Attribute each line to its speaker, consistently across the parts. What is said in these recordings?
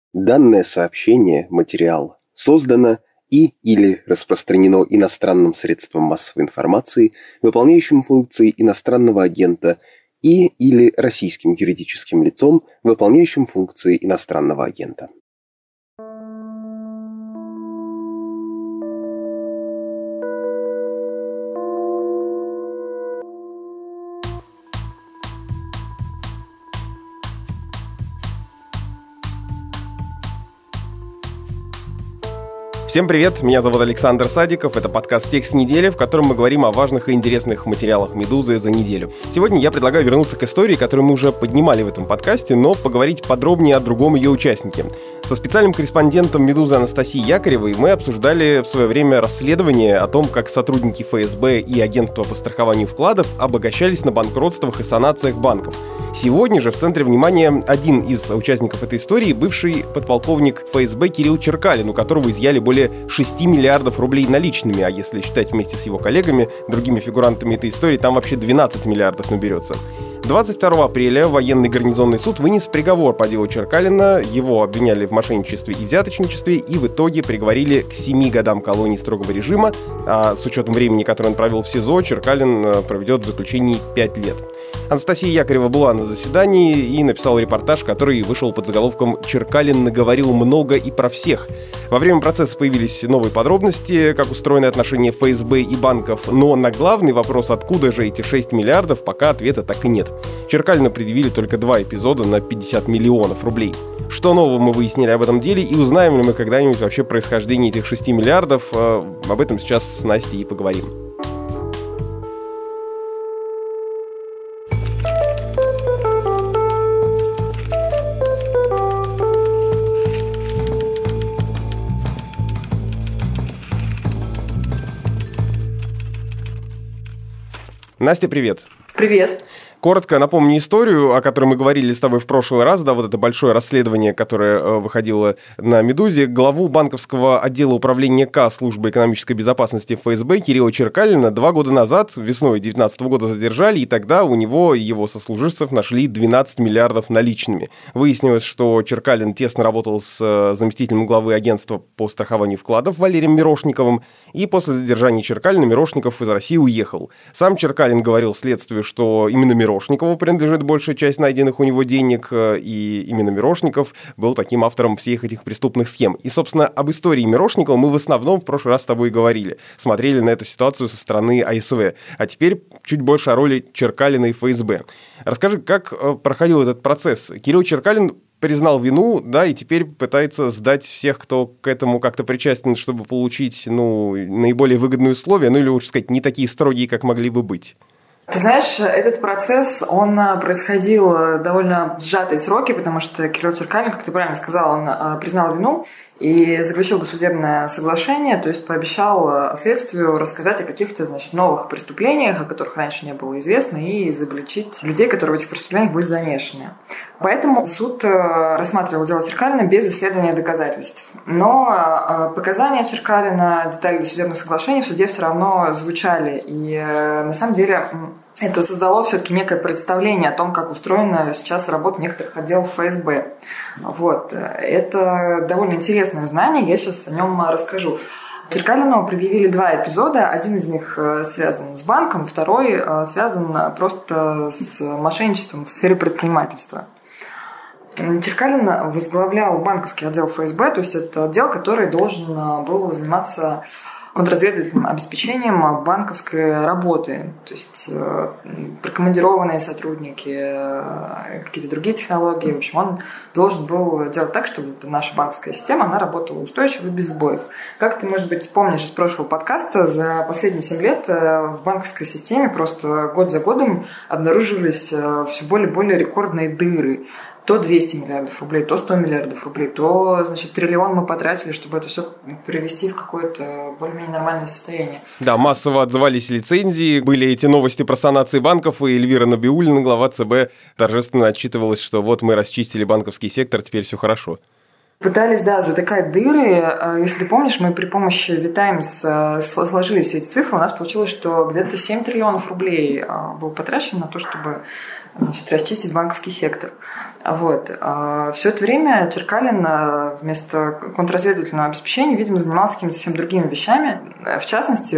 Speaker 1: Данное сообщение, материал, создано и/или распространено иностранным средством массовой информации, выполняющим функции иностранного агента, и/или российским юридическим лицом, выполняющим функции иностранного агента.
Speaker 2: Всем привет, меня зовут Александр Садиков, это подкаст «Текст недели», в котором мы говорим о важных и интересных материалах «Медузы» за неделю. Сегодня я предлагаю вернуться к истории, которую мы уже поднимали в этом подкасте, но поговорить подробнее о другом ее участнике. Со специальным корреспондентом «Медузы» Анастасией Якоревой мы обсуждали в свое время расследование о том, как сотрудники ФСБ и агентства по страхованию вкладов обогащались на банкротствах и санациях банков. Сегодня же в центре внимания один из участников этой истории, бывший подполковник ФСБ Кирилл Черкалин, у которого изъяли более 6 миллиардов рублей наличными, а если считать вместе с его коллегами, другими фигурантами этой истории, там вообще 12 миллиардов наберется. 22 апреля военный гарнизонный суд вынес приговор по делу Черкалина. Его обвиняли в мошенничестве и взяточничестве и в итоге приговорили к 7 годам колонии строгого режима. А с учетом времени, которое он провел в СИЗО, Черкалин проведет в заключении 5 лет. Анастасия Якорева была на заседании и написала репортаж, который вышел под заголовком «Черкалин наговорил много и про всех». Во время процесса появились новые подробности, как устроены отношения ФСБ и банков, но на главный вопрос, откуда же эти 6 миллиардов, пока ответа так и нет. Черкалину предъявили только 2 эпизода на 50 миллионов рублей. Что нового мы выяснили об этом деле и узнаем ли мы когда-нибудь вообще происхождение этих 6 миллиардов, об этом сейчас с Настей и поговорим. Настя, привет.
Speaker 3: Привет.
Speaker 2: Коротко напомню историю, о которой мы говорили с тобой в прошлый раз, да, вот это большое расследование, которое выходило на «Медузе». Главу банковского отдела управления К службы экономической безопасности ФСБ Кирилла Черкалина 2 года назад, весной 2019 года, задержали, и тогда у него и его сослуживцев нашли 12 миллиардов наличными. Выяснилось, что Черкалин тесно работал с заместителем главы агентства по страхованию вкладов Валерием Мирошниковым, и после задержания Черкалина Мирошников из России уехал. Сам Черкалин говорил следствию, что именно Мирошникову принадлежит большая часть найденных у него денег, и именно Мирошников был таким автором всех этих преступных схем. И, собственно, об истории Мирошникова мы в основном в прошлый раз с тобой и говорили. Смотрели на эту ситуацию со стороны АСВ. А теперь чуть больше о роли Черкалина и ФСБ. Расскажи, как проходил этот процесс? Кирилл Черкалин признал вину, да, и теперь пытается сдать всех, кто к этому как-то причастен, чтобы получить, наиболее выгодные условия, или лучше сказать, не такие строгие, как могли бы быть.
Speaker 3: Ты знаешь, этот процесс, он происходил в довольно сжатые сроки, потому что Кирилл Черкалин, как ты правильно сказал, он признал вину и заключил досудебное соглашение, то есть пообещал следствию рассказать о каких-то, новых преступлениях, о которых раньше не было известно, и изобличить людей, которые в этих преступлениях были замешаны. Поэтому суд рассматривал дело Черкалина без исследования доказательств. Но показания Черкалина, детали досудебных соглашений в суде все равно звучали. И на самом деле это создало все-таки некое представление о том, как устроена сейчас работа некоторых отделов ФСБ. Вот. Это довольно интересное знание, я сейчас о нем расскажу. Черкалину предъявили 2 эпизода. Один из них связан с банком, второй связан просто с мошенничеством в сфере предпринимательства. Черкалин возглавлял банковский отдел ФСБ, то есть это отдел, который должен был заниматься контрразведывательным обеспечением банковской работы, то есть прикомандированные сотрудники, какие-то другие технологии. В общем, он должен был делать так, чтобы наша банковская система, она работала устойчиво и без сбоев. Как ты, может быть, помнишь из прошлого подкаста, за последние 7 лет в банковской системе просто год за годом обнаруживались все более и более рекордные дыры. То 200 миллиардов рублей, то 100 миллиардов рублей, то, триллион мы потратили, чтобы это все привести в какое-то более-менее нормальное состояние.
Speaker 2: Да, массово отзывались лицензии, были эти новости про санации банков, и Эльвира Набиуллина, глава ЦБ, торжественно отчитывалась, что вот мы расчистили банковский сектор, теперь все хорошо.
Speaker 3: Пытались, затыкать дыры. Если помнишь, мы при помощи VTimes сложили все эти цифры. У нас получилось, что где-то 7 триллионов рублей было потрачено на то, чтобы расчистить банковский сектор. Все это время Черкалин вместо контрразведывательного обеспечения, видимо, занимался какими-то совсем другими вещами. В частности,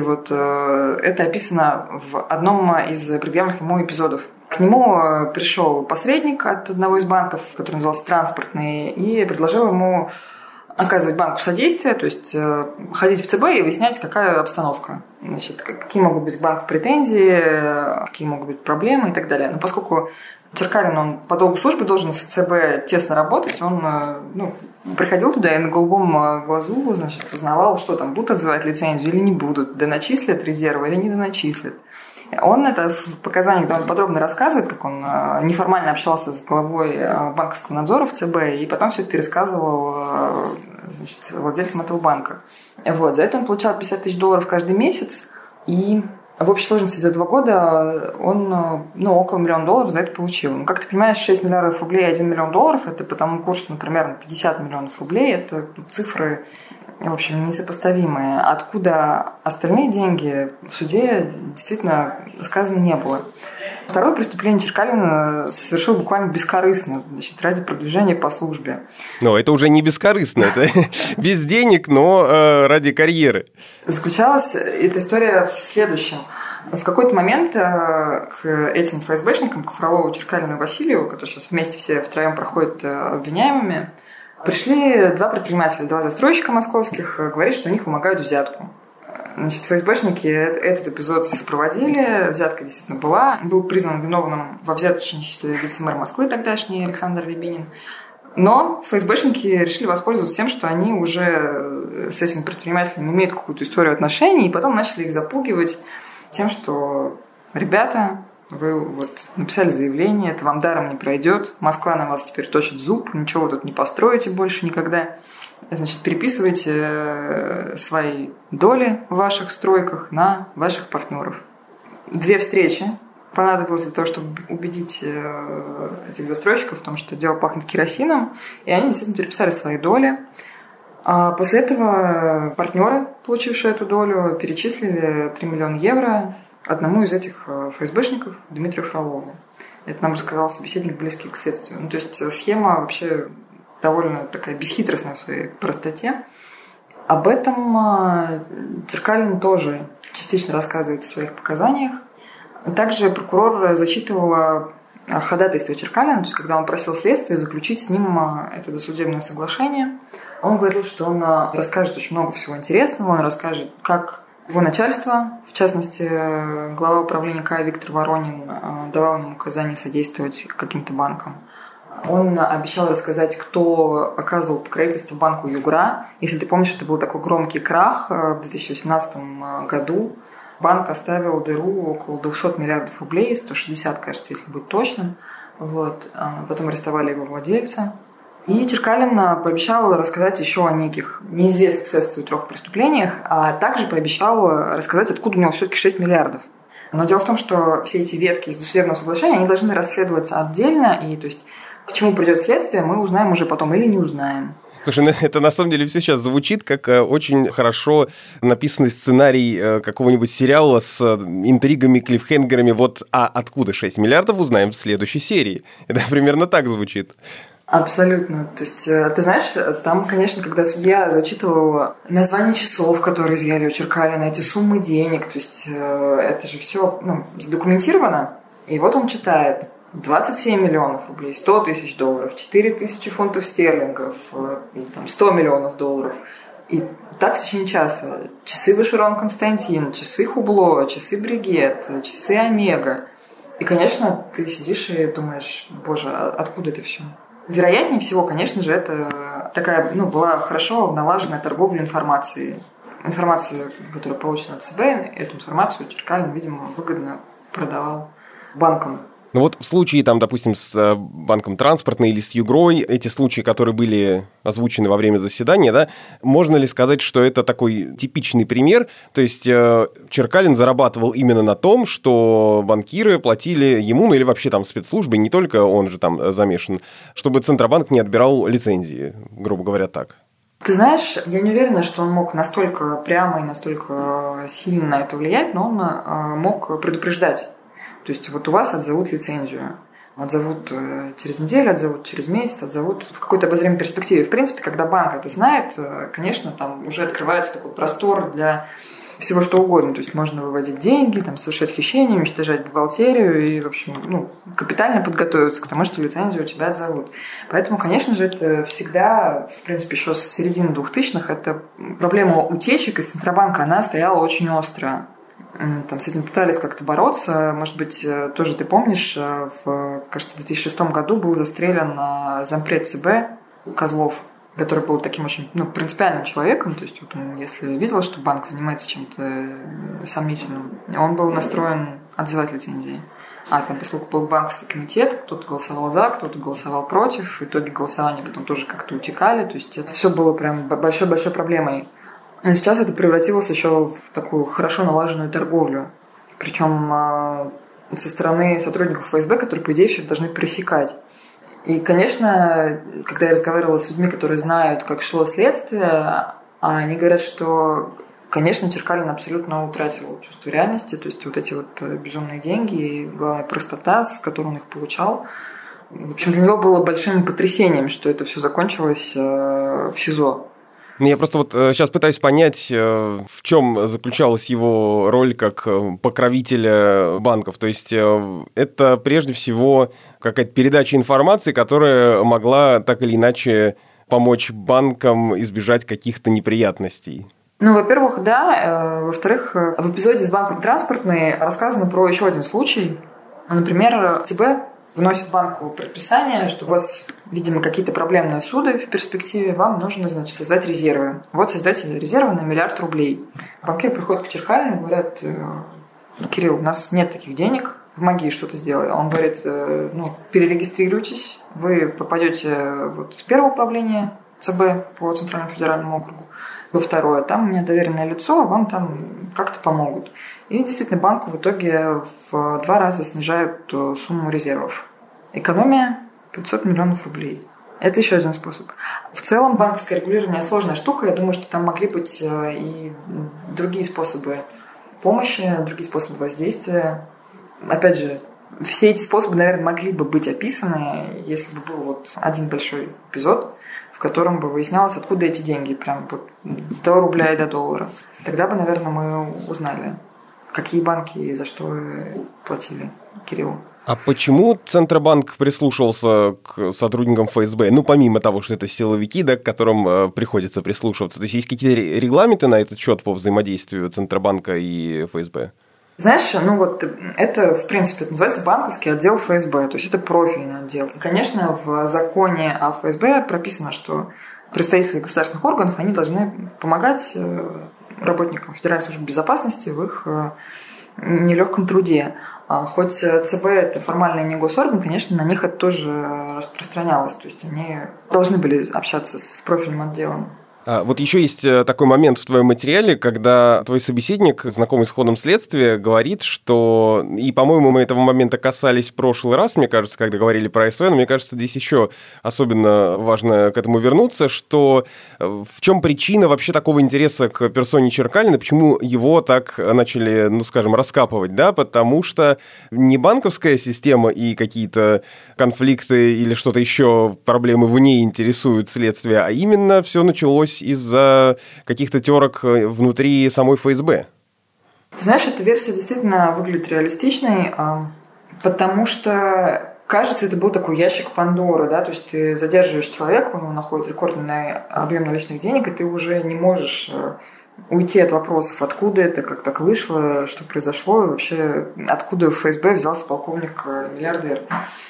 Speaker 3: это описано в одном из предъявленных ему эпизодов. К нему пришел посредник от одного из банков, который назывался «Транспортный», и предложил ему оказывать банку содействие, то есть ходить в ЦБ и выяснять, какая обстановка. Какие могут быть к банку претензии, какие могут быть проблемы и так далее. Но поскольку Черкалин, он по долгу службы должен с ЦБ тесно работать, он приходил туда и на голубом глазу узнавал, что там, будут отзывать лицензию или не будут, доначислят резервы или не доначислят. Он это в показаниях довольно подробно рассказывает, как он неформально общался с главой банковского надзора в ЦБ, и потом все это пересказывал владельцам этого банка. За это он получал $50 тысяч каждый месяц, и в общей сложности за 2 года он около $1 миллиона за это получил. Как ты понимаешь, 6 миллиардов рублей и $1 миллион, это по тому курсу, примерно 50 миллионов рублей, это цифры, в общем, несопоставимые. Откуда остальные деньги, в суде действительно сказано не было. Второе преступление Черкалин совершил буквально бескорыстно, ради продвижения по службе.
Speaker 2: Но это уже не бескорыстно, это без денег, но ради карьеры.
Speaker 3: Заключалась эта история в следующем. В какой-то момент к этим ФСБшникам, к Фролову, Черкалину и Васильеву, которые сейчас вместе все втроем проходят обвиняемыми, пришли 2 предпринимателя, 2 застройщика московских, говорить, что у них вымогают взятку. ФСБшники этот эпизод сопроводили, взятка действительно была. Был признан виновным во взяточничестве вице-мэр Москвы тогдашний Александр Рябинин. Но ФСБшники решили воспользоваться тем, что они уже с этими предпринимателями имеют какую-то историю отношений, и потом начали их запугивать тем, что ребята, вы написали заявление, это вам даром не пройдет, Москва на вас теперь точит зуб, ничего вы тут не построите больше никогда. Переписывайте свои доли в ваших стройках на ваших партнеров. 2 встречи понадобилось для того, чтобы убедить этих застройщиков в том, что дело пахнет керосином, и они действительно переписали свои доли. А после этого партнеры, получившие эту долю, перечислили 3 миллиона евро одному из этих ФСБшников, Дмитрию Фролову. Это нам рассказал собеседник, близкий к следствию. То есть схема вообще довольно такая бесхитростная в своей простоте. Об этом Черкалин тоже частично рассказывает в своих показаниях. Также прокурор зачитывал ходатайство Черкалина, то есть когда он просил следствие заключить с ним это досудебное соглашение. Он говорил, что он расскажет очень много всего интересного, он расскажет, как его начальство, в частности, глава управления КА Виктор Воронин, давал ему указания содействовать каким-то банкам. Он обещал рассказать, кто оказывал покровительство банку «Югра». Если ты помнишь, это был такой громкий крах в 2018 году. Банк оставил дыру около 200 миллиардов рублей, 160, кажется, если быть точным. Потом арестовали его владельца. И Черкалин пообещал рассказать еще о неких неизвестных следствию 3 преступлениях, а также пообещал рассказать, откуда у него все-таки 6 миллиардов. Но дело в том, что все эти ветки из досудебного соглашения, они должны расследоваться отдельно, и то есть к чему придет следствие, мы узнаем уже потом или не узнаем.
Speaker 2: Слушай, это на самом деле все сейчас звучит как очень хорошо написанный сценарий какого-нибудь сериала с интригами, клиффхенгерами. Откуда 6 миллиардов, узнаем в следующей серии. Это примерно так звучит.
Speaker 3: Абсолютно. То есть, ты знаешь, там, конечно, когда судья зачитывал названия часов, которые изъяли у Черкалина, эти суммы денег, то есть это же все задокументировано. И вот он читает 27 миллионов рублей, 100 тысяч долларов, 4 тысячи фунтов стерлингов, 100 миллионов долларов. И так в течение часа. Часы Вышерон Константин, часы Хубло, часы Бригет, часы Омега. И, конечно, ты сидишь и думаешь, боже, откуда это все? Вероятнее всего, конечно же, это такая, была хорошо налаженная торговля информацией. Информация, которая получена от ЦБ, эту информацию Черкалин, видимо, выгодно продавал банкам.
Speaker 2: Ну в случае, допустим, с банком «Транспортный» или с «Югрой», эти случаи, которые были озвучены во время заседания, да, можно ли сказать, что это такой типичный пример? То есть Черкалин зарабатывал именно на том, что банкиры платили ему, или вообще спецслужбы, не только он же там замешан, чтобы Центробанк не отбирал лицензии, грубо говоря, так?
Speaker 3: Ты знаешь, я не уверена, что он мог настолько прямо и настолько сильно на это влиять, но он мог предупреждать. То есть у вас отзовут лицензию. Отзовут через неделю, отзовут через месяц, отзовут в какой-то обозримой перспективе. В принципе, когда банк это знает, конечно, там уже открывается такой простор для всего что угодно. То есть можно выводить деньги, там, совершать хищение, уничтожать бухгалтерию и, в общем, капитально подготовиться к тому, что лицензию у тебя отзовут. Поэтому, конечно же, это всегда, в принципе, еще с середины 2000-х, эта проблема утечек из Центробанка, она стояла очень остро. Там с этим пытались как-то бороться. Может быть, тоже ты помнишь, кажется, в 2006 году был застрелен зампред ЦБ Козлов, который был таким очень принципиальным человеком. То есть, вот он, если видел, что банк занимается чем-то сомнительным, он был настроен отзывать лицензии. Поскольку был банковский комитет, кто-то голосовал за, кто-то голосовал против. В итоге голосования потом тоже как-то утекали. То есть, это все было прям большой-большой проблемой. Но сейчас это превратилось еще в такую хорошо налаженную торговлю. Причем со стороны сотрудников ФСБ, которые, по идее, все должны пресекать. И, конечно, когда я разговаривала с людьми, которые знают, как шло следствие, они говорят, что, конечно, Черкалин абсолютно утратил чувство реальности. То есть вот эти вот безумные деньги и, главное, простота, с которой он их получал. В общем, для него было большим потрясением, что это все закончилось в СИЗО.
Speaker 2: Я просто вот сейчас пытаюсь понять, в чем заключалась его роль как покровителя банков. То есть это прежде всего какая-то передача информации, которая могла так или иначе помочь банкам избежать каких-то неприятностей.
Speaker 3: Во-первых, да. Во-вторых, в эпизоде с банком «Транспортный» рассказано про еще один случай. Например, ЦБ вносит банку предписание, что у вас, видимо, какие-то проблемные суды в перспективе, вам нужно, создать резервы. Вот создайте резервы на 1 миллиард рублей. Банкиры приходят к Черкалину и говорят: Кирилл, у нас нет таких денег, помоги, что-то сделай. Он говорит: перерегистрируйтесь, вы попадете с первого управления ЦБ по Центральному федеральному округу во второе. Там у меня доверенное лицо, вам там как-то помогут. И действительно, банку в итоге в 2 раза снижают сумму резервов. Экономия 500 миллионов рублей. Это еще один способ. В целом банковское регулирование сложная штука. Я думаю, что там могли быть и другие способы помощи, другие способы воздействия. Опять же, все эти способы, наверное, могли бы быть описаны, если бы был один большой эпизод, в котором бы выяснялось, откуда эти деньги, прям до рубля и до доллара. Тогда бы, наверное, мы узнали, какие банки и за что платили Кириллу.
Speaker 2: А почему Центробанк прислушивался к сотрудникам ФСБ? Помимо того, что это силовики, к которым приходится прислушиваться. То есть какие-то регламенты на этот счет по взаимодействию Центробанка и ФСБ?
Speaker 3: Знаешь, это, в принципе, это называется банковский отдел ФСБ, то есть это профильный отдел. И, конечно, в законе о ФСБ прописано, что представители государственных органов, они должны помогать работникам Федеральной службы безопасности в их нелегком труде. Хоть ЦБ – это формально не госорган, конечно, на них это тоже распространялось, то есть они должны были общаться с профильным отделом.
Speaker 2: Вот еще есть такой момент в твоем материале, когда твой собеседник, знакомый с ходом следствия, говорит, что, и, по-моему, мы этого момента касались в прошлый раз, мне кажется, когда говорили про СВ, но мне кажется, здесь еще особенно важно к этому вернуться, что в чем причина вообще такого интереса к персоне Черкалина, почему его так начали, раскапывать, да, потому что не банковская система и какие-то конфликты или что-то еще, проблемы в ней интересуют следствие, а именно все началось из-за каких-то терок внутри самой ФСБ.
Speaker 3: Ты знаешь, эта версия действительно выглядит реалистичной, потому что, кажется, это был такой ящик Пандоры, да, то есть ты задерживаешь человека, у него находит рекордный объем наличных денег, и ты уже не можешь уйти от вопросов, откуда это, как так вышло, что произошло, и вообще откуда в ФСБ взялся полковник-миллиардер.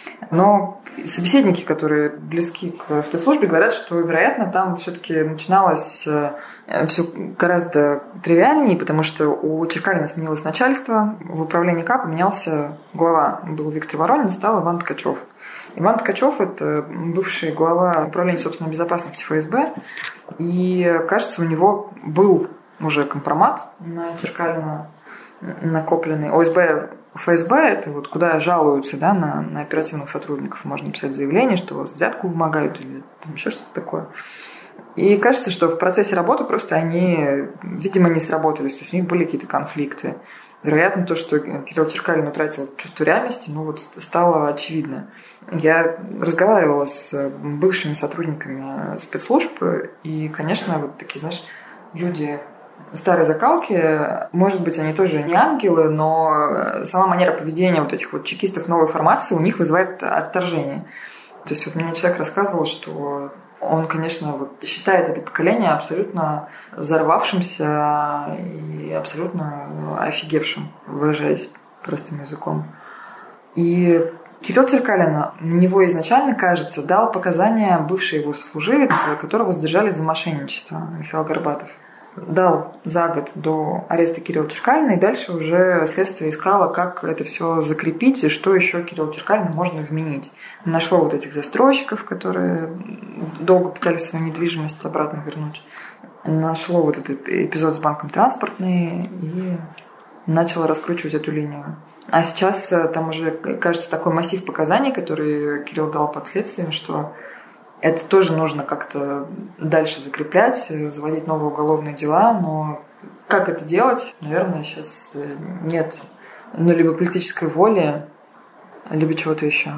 Speaker 3: Но собеседники, которые близки к спецслужбе, говорят, что, вероятно, там все-таки начиналось все гораздо тривиальнее, потому что у Черкалина сменилось начальство, в управлении КА поменялся глава. Был Виктор Воронин, стал Иван Ткачев. Иван Ткачев – это бывший глава управления собственной безопасности ФСБ, и, кажется, у него был уже компромат на Черкалина накопленный. ОСБ, ФСБ – это куда жалуются, да, на оперативных сотрудников. Можно написать заявление, что вас взятку вымогают или там еще что-то такое. И кажется, что в процессе работы просто они, видимо, не сработались. То есть у них были какие-то конфликты. Вероятно, то, что Кирилл Черкалин утратил чувство реальности, стало очевидно. Я разговаривала с бывшими сотрудниками спецслужб, и, конечно, такие, знаешь, люди старой закалки, может быть, они тоже не ангелы, но сама манера поведения этих чекистов новой формации у них вызывает отторжение. То есть мне человек рассказывал, что он, конечно, считает это поколение абсолютно взорвавшимся и абсолютно офигевшим, выражаясь простым языком. И Кирилл Черкалин, на него изначально, кажется, дал показания бывший его сослуживец, которого задержали за мошенничество, Михаил Горбатов. Дал за год до ареста Кирилла Черкалина, и дальше уже следствие искало, как это все закрепить и что еще Кириллу Черкалину можно вменить. Нашло этих застройщиков, которые долго пытались свою недвижимость обратно вернуть. Нашло этот эпизод с банком «Транспортный» и начало раскручивать эту линию. А сейчас там уже, кажется, такой массив показаний, которые Кирилл дал под следствием, что это тоже нужно как-то дальше закреплять, заводить новые уголовные дела, но как это делать, наверное, сейчас нет либо политической воли, либо чего-то еще.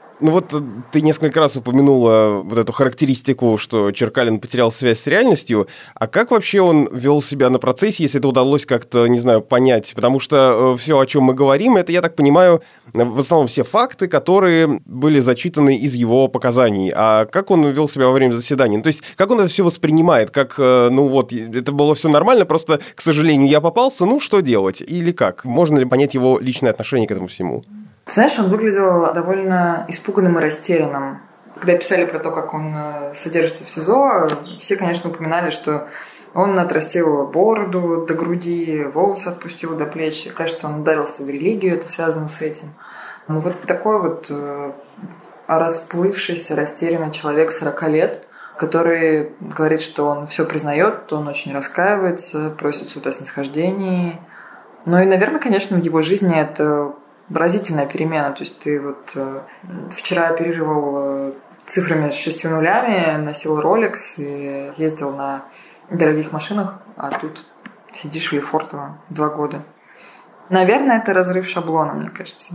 Speaker 2: Ты несколько раз упомянула эту характеристику, что Черкалин потерял связь с реальностью. А как вообще он вел себя на процессе, если это удалось как-то, не знаю, понять? Потому что все, о чем мы говорим, это, я так понимаю, в основном все факты, которые были зачитаны из его показаний. А как он вел себя во время заседания? То есть, как он это все воспринимает? Как, это было все нормально, просто, к сожалению, я попался, что делать? Или как? Можно ли понять его личное отношение к этому всему?
Speaker 3: Знаешь, он выглядел довольно испуганным и растерянным. Когда писали про то, как он содержится в СИЗО, все, конечно, упоминали, что он отрастил бороду до груди, волосы отпустил до плеч. Кажется, он ударился в религию, это связано с этим. Такой расплывшийся, растерянный человек 40 лет, который говорит, что он все признает, он очень раскаивается, просит суд о снисхождении. И, наверное, конечно, в его жизни это разительная перемена. То есть ты вчера оперировал цифрами с 6 нулями, носил Rolex и ездил на дорогих машинах, а тут сидишь в Лефортово 2 года. Наверное, это разрыв шаблона, мне кажется.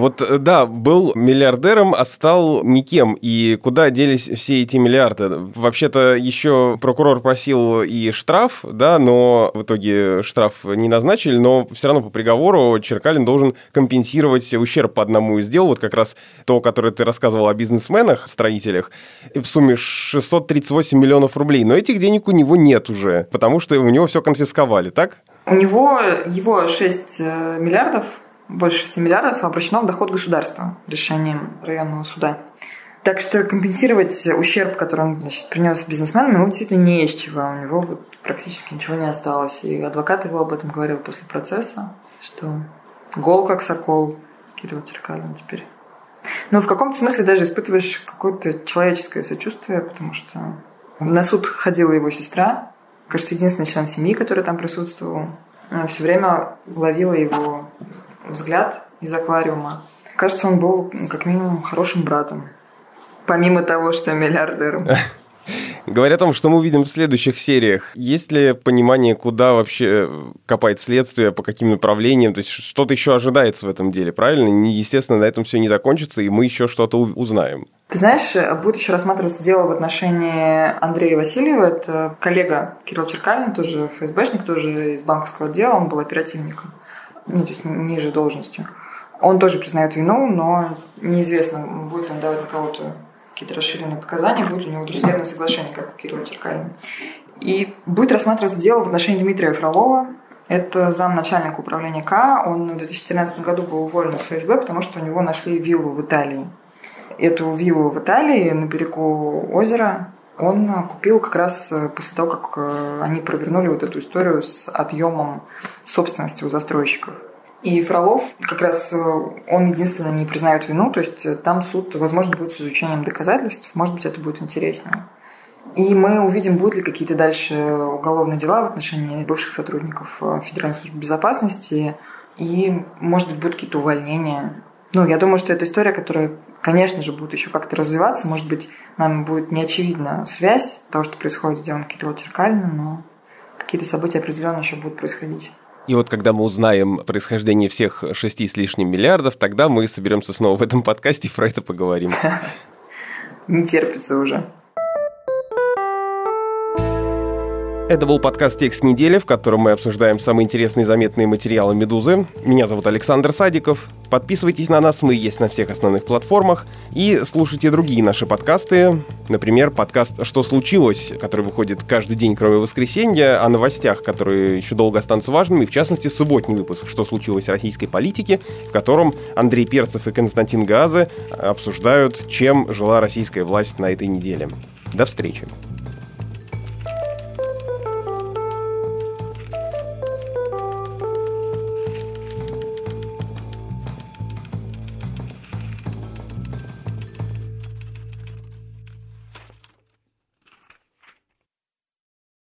Speaker 2: Был миллиардером, а стал никем. И куда делись все эти миллиарды? Вообще-то еще прокурор просил и штраф, но в итоге штраф не назначили, но все равно по приговору Черкалин должен компенсировать ущерб по одному из дел, как раз то, которое ты рассказывал о бизнесменах, строителях, в сумме 638 миллионов рублей. Но этих денег у него нет уже, потому что у него все конфисковали, так?
Speaker 3: У него его 6 миллиардов, больше 6 миллиардов обращено в доход государства решением районного суда. Так что компенсировать ущерб, который он принес бизнесменам, ему действительно не из чего. У него практически ничего не осталось. И адвокат его об этом говорил после процесса, что гол как сокол Кирилл Черкалин теперь. В каком-то смысле даже испытываешь какое-то человеческое сочувствие, потому что на суд ходила его сестра, кажется, единственный член семьи, который там присутствовал. Она все время ловила его взгляд из аквариума. Кажется, он был как минимум хорошим братом, помимо того, что миллиардером.
Speaker 2: Говоря о том, что мы увидим в следующих сериях, есть ли понимание, куда вообще копает следствие, по каким направлениям? То есть что-то еще ожидается в этом деле, правильно? Естественно, на этом все не закончится, и мы еще что-то узнаем.
Speaker 3: Ты знаешь, будет еще рассматриваться дело в отношении Андрея Васильева. Это коллега Кирилла Черкалина, тоже ФСБшник, тоже из банковского отдела, он был оперативником. То есть ниже должностью. Он тоже признает вину, но неизвестно, будет ли он давать на кого-то какие-то расширенные показания, будет ли у него досудебное соглашение, как у Кирилла Черкалина. И будет рассматриваться дело в отношении Дмитрия Фролова. Это замначальника управления К. Он в 2014 году был уволен из ФСБ, потому что у него нашли виллу в Италии. Эту виллу в Италии на берегу озера он купил как раз после того, как они провернули эту историю с отъемом собственности у застройщиков. И Фролов, как раз он единственное не признает вину, то есть там суд, возможно, будет с изучением доказательств, может быть, это будет интереснее. И мы увидим, будут ли какие-то дальше уголовные дела в отношении бывших сотрудников Федеральной службы безопасности, и, может быть, будут какие-то увольнения. Я думаю, что это история, которая, конечно же, будет еще как-то развиваться. Может быть, нам будет неочевидна связь того, что происходит с делом Кирилла Черкалина, но какие-то события определенно еще будут происходить.
Speaker 2: И вот когда мы узнаем происхождение всех 6 с лишним миллиардов, тогда мы соберемся снова в этом подкасте и про это поговорим.
Speaker 3: Не терпится уже.
Speaker 2: Это был подкаст «Текст недели», в котором мы обсуждаем самые интересные и заметные материалы «Медузы». Меня зовут Александр Садиков. Подписывайтесь на нас, мы есть на всех основных платформах. И слушайте другие наши подкасты. Например, подкаст «Что случилось?», который выходит каждый день, кроме воскресенья, о новостях, которые еще долго останутся важными. В частности, субботний выпуск «Что случилось в российской политике?», в котором Андрей Перцев и Константин Гаазе обсуждают, чем жила российская власть на этой неделе. До встречи.